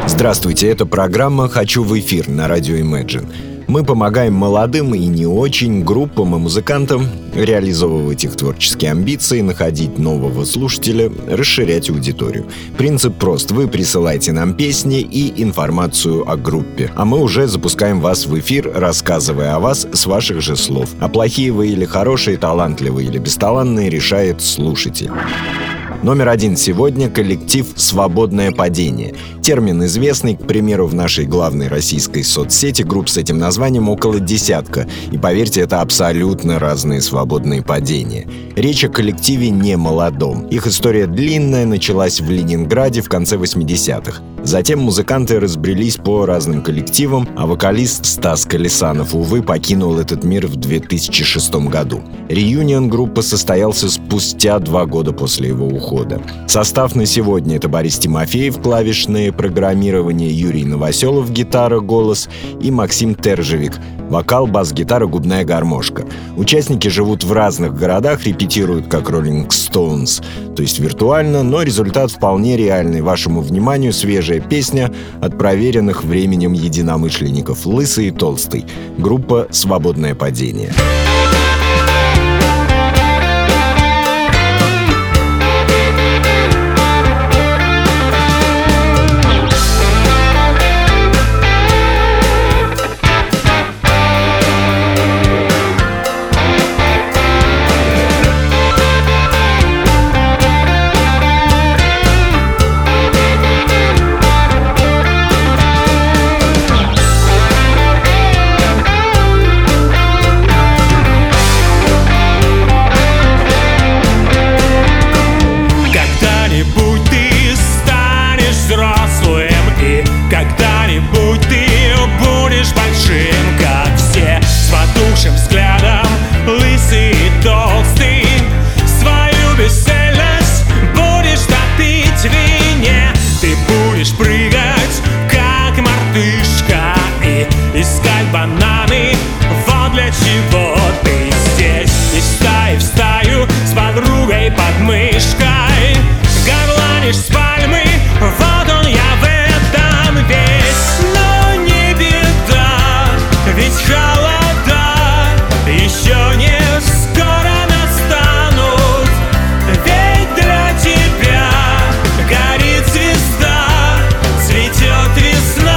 Здравствуйте, это программа «Хочу в эфир» на радио Imagine. Мы помогаем молодым и не очень группам и музыкантам реализовывать их творческие амбиции, находить нового слушателя, расширять аудиторию. Принцип прост. Вы присылаете нам песни и информацию о группе, а мы уже запускаем вас в эфир, рассказывая о вас с ваших же слов. А плохие вы или хорошие, талантливые или бесталанные решает слушатель. Номер 1 сегодня — коллектив «Свободное падение». Термин известный, к примеру, в нашей главной российской соцсети групп с этим названием около десятка. И поверьте, это абсолютно разные свободные падения. Речь о коллективе не молодом. Их история длинная, началась в Ленинграде в конце 80-х. Затем музыканты разбрелись по разным коллективам, а вокалист Стас Колесанов, увы, покинул этот мир в 2006 году. Реюнион группы состоялся спустя 2 года после его ухода. Состав на сегодня — это Борис Тимофеев, клавишное программирование, Юрий Новоселов, гитара, голос и Максим Тержевик, вокал, бас-гитара, губная гармошка. Участники живут в разных городах, репетируют как Rolling Stones, то есть виртуально, но результат вполне реальный. Вашему вниманию свежая песня от проверенных временем единомышленников «Лысый и толстый». Группа «Свободное падение». Взглядом лысый и толстый свою бесцельность будешь топить в вине. Ты будешь прыгать, как мартышка, и искать бананы. Вот для чего ты здесь. Из стаи в стаю с подругой под мышкой горланишь с пальмы. Вот он, я в этом весь. Но не беда, ведь холод еще не скоро настанут, ведь для тебя горит звезда, цветет весна.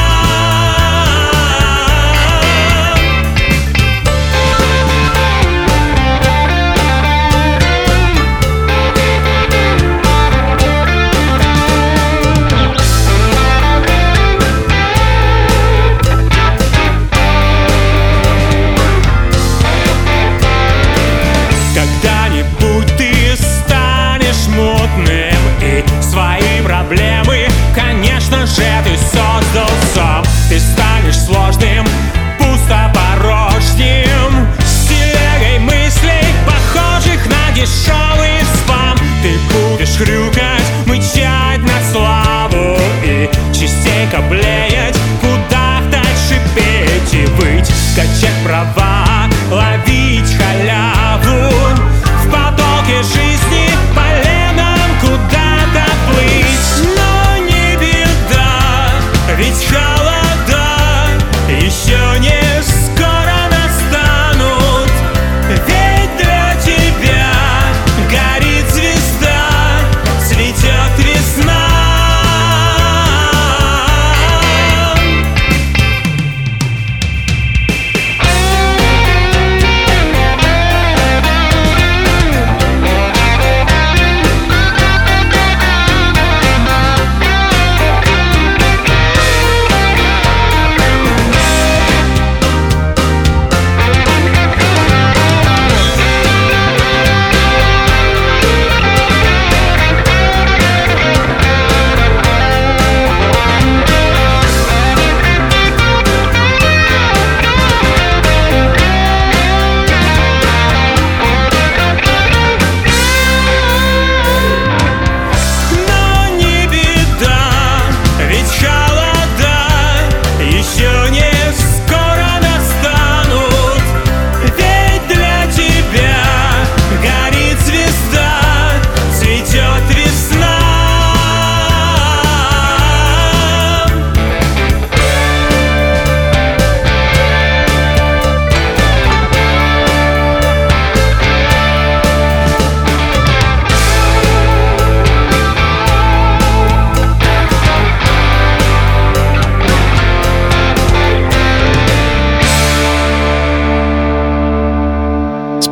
Когда-нибудь ты станешь мутным, и свои проблемы, конечно же, ты создал сам. Ты станешь сложным, пустопорожним, с телегой мыслей, похожих на дешевый спам. Ты будешь хрюкать, мычать на славу и частенько блеять, кудахтать, шипеть и выть, качать права, ловить халяву. В потоке жизни поленом куда-то плыть. Но не беда, ведь холода еще не скоро настанут, ведь для тебя горит звезда, цветет весна.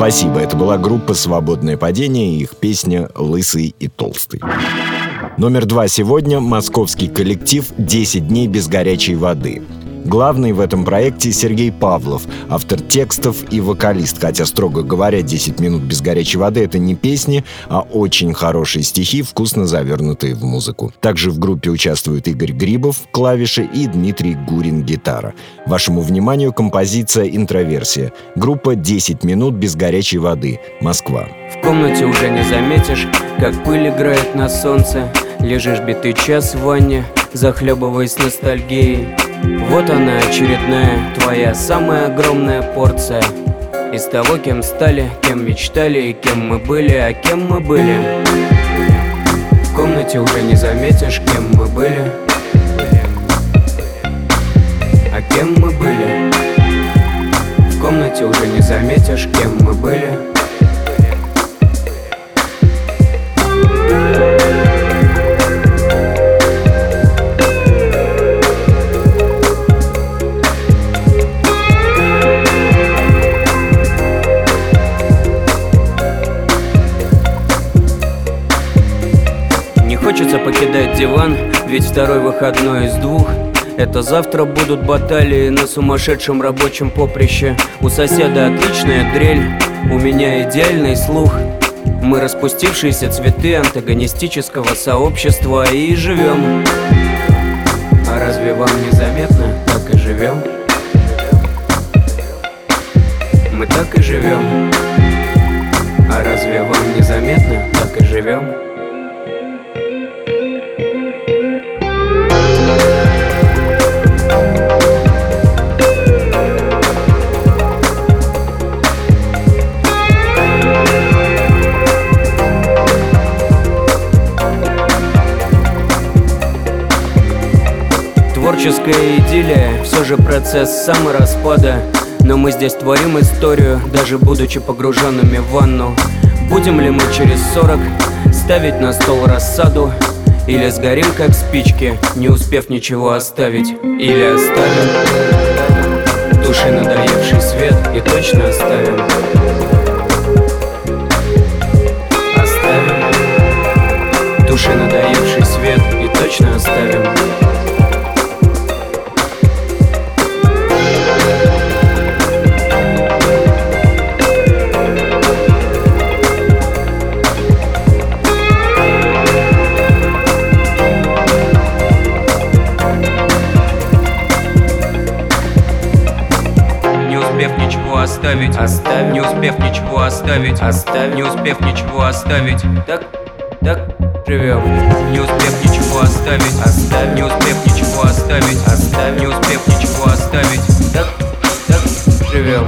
Спасибо, это была группа «Свободное падение» и их песня «Лысый и толстый». Номер 2 сегодня — московский коллектив «10 дней без горячей воды». Главный в этом проекте Сергей Павлов, автор текстов и вокалист. Хотя, строго говоря, 10 минут без горячей воды — это не песни, а очень хорошие стихи, вкусно завернутые в музыку. Также в группе участвуют Игорь Грибов, клавиши, и Дмитрий Гурин, гитара. Вашему вниманию композиция «Интроверсия». Группа «10 минут без горячей воды», Москва. В комнате уже не заметишь, как пыль играет на солнце. Лежишь битый час в ванне, захлебываясь ностальгией. Вот она, очередная твоя самая огромная порция из того, кем стали, кем мечтали и кем мы были, а кем мы были. В комнате уже не заметишь, кем мы были, а кем мы были. В комнате уже не заметишь, кем мы были. Хочется покидать диван, ведь второй выходной из двух. Это завтра будут баталии на сумасшедшем рабочем поприще. У соседа отличная дрель, у меня идеальный слух. Мы распустившиеся цветы антагонистического сообщества и живем. А разве вам не заметно, так и живем? Мы так и живем. А разве вам не заметно, так и живем? Творческая идиллия, все же процесс самораспада. Но мы здесь творим историю, даже будучи погруженными в ванну. Будем ли мы через 40 ставить на стол рассаду? Или сгорим как спички, не успев ничего оставить? Или оставим в душе надоевший свет и точно оставим? Оставим в душе надоевший свет и точно оставим? Оставить, оставим, не успев ничего оставить, оставим, не успев ничего оставить. Так живем. Не успев ничего оставить, оставим, не успев ничего оставить, оставим, не успев ничего оставить. Так живем.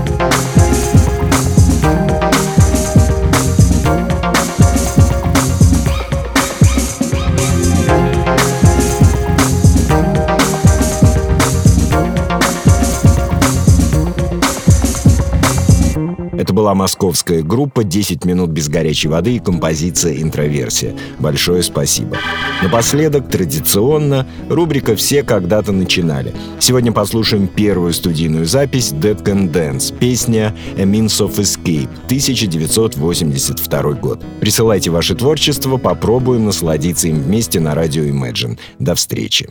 Это была московская группа «10 минут без горячей воды» и композиция «Интроверсия». Большое спасибо. Напоследок, традиционно, рубрика «Все когда-то начинали». Сегодня послушаем первую студийную запись «Dead Can Dance», песня «A Means of Escape», 1982 год. Присылайте ваше творчество, попробуем насладиться им вместе на радио Imagine. До встречи.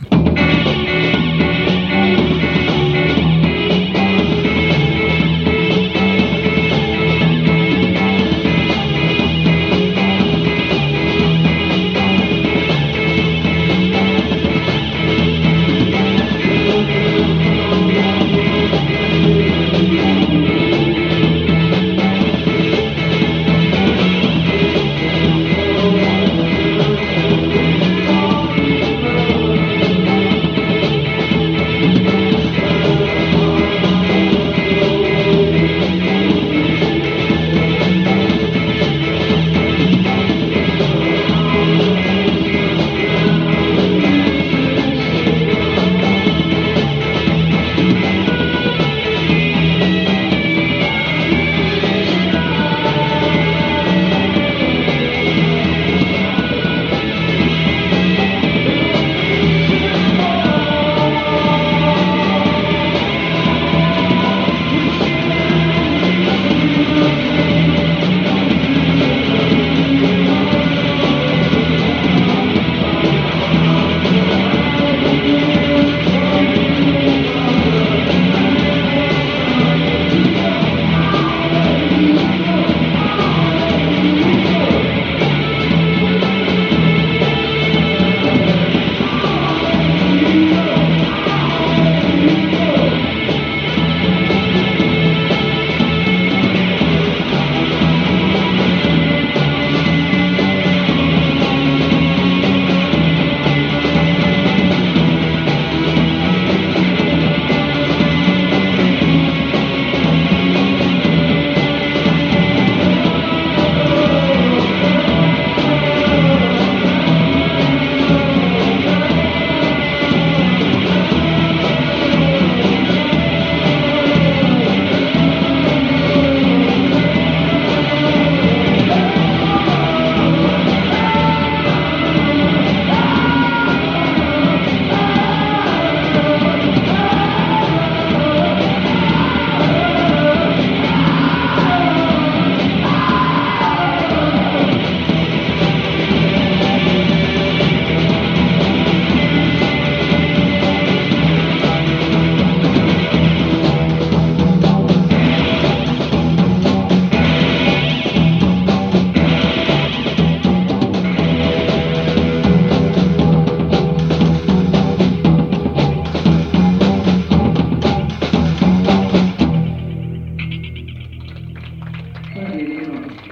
Sto violino